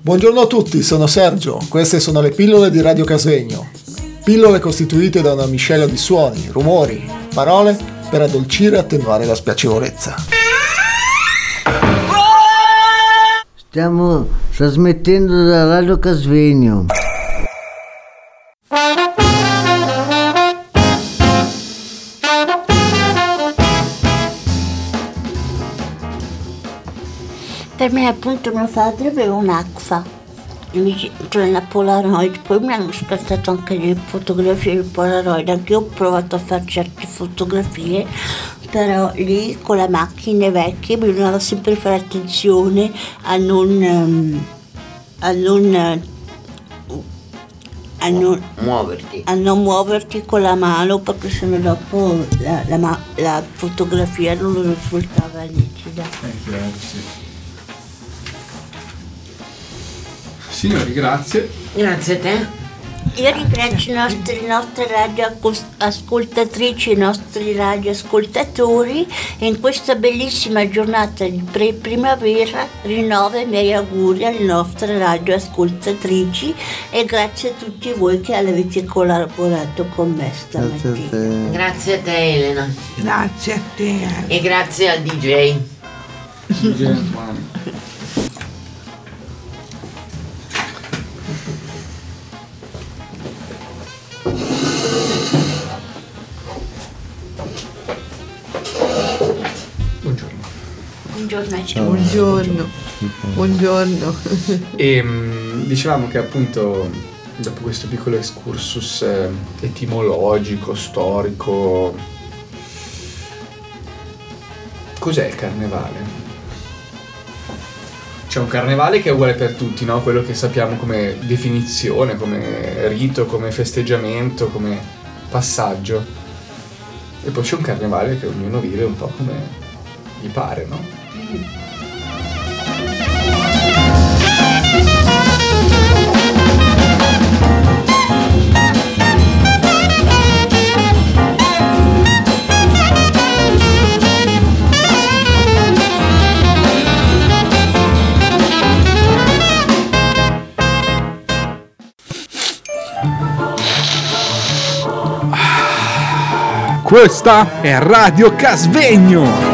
Buongiorno a tutti, sono Sergio, queste sono le pillole di Radio Casvegno. Pillole costituite da una miscela di suoni, rumori, parole per addolcire e attenuare la spiacevolezza. Stiamo trasmettendo da Radio Casvegno. Per me appunto mio padre aveva un'Agfa, cioè una Polaroid, poi mi hanno scattato anche le fotografie del Polaroid, anche io ho provato a fare certe fotografie, però lì con le macchine vecchie bisognava sempre fare attenzione a non muoverti con la mano, perché sennò dopo la fotografia non risultava nitida. Grazie. Signori, grazie. Grazie a te. Io ringrazio le nostre radioascoltatrici e i nostri radioascoltatori e in questa bellissima giornata di primavera rinnovo i miei auguri alle nostre radioascoltatrici e grazie a tutti voi che avete collaborato con me stamattina. Grazie a te Elena. Grazie a te. E grazie al DJ. Buongiorno. E dicevamo che appunto dopo questo piccolo excursus etimologico, storico, cos'è il carnevale? C'è un carnevale che è uguale per tutti, no? Quello che sappiamo come definizione, come rito, come festeggiamento, come passaggio. E poi c'è un carnevale che ognuno vive un po' come gli pare, no? Questa è Radio Casvegno.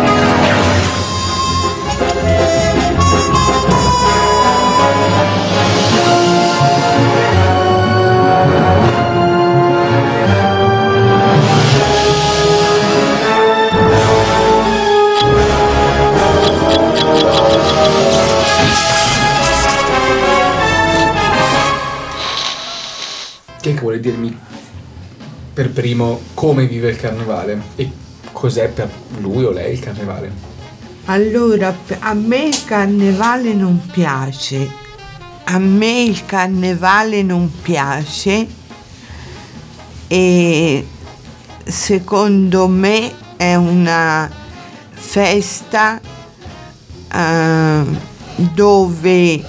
Chi è che vuole dirmi per primo come vive il carnevale e cos'è per lui o lei il carnevale? Allora, a me il carnevale non piace. E secondo me è una festa dove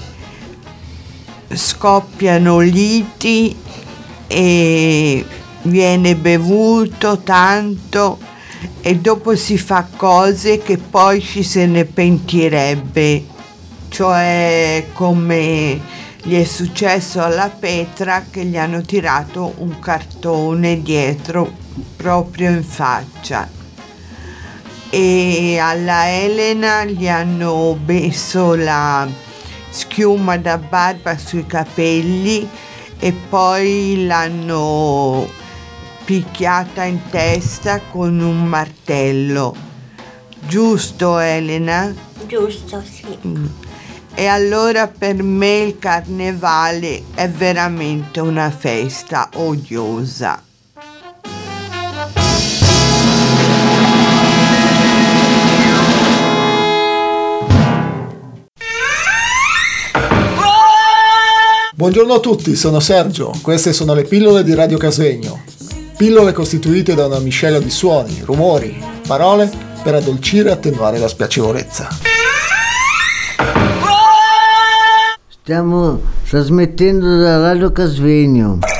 scoppiano liti e viene bevuto tanto e dopo si fa cose che poi ci se ne pentirebbe, cioè come gli è successo alla Petra che gli hanno tirato un cartone dietro proprio in faccia, e alla Elena gli hanno messo la schiuma da barba sui capelli e poi l'hanno picchiata in testa con un martello. Giusto, Elena? Giusto, sì. E allora per me il carnevale è veramente una festa odiosa. Buongiorno a tutti, sono Sergio, queste sono le pillole di Radio Casvegno. Pillole costituite da una miscela di suoni, rumori, parole per addolcire e attenuare la spiacevolezza. Stiamo trasmettendo da Radio Casvegno.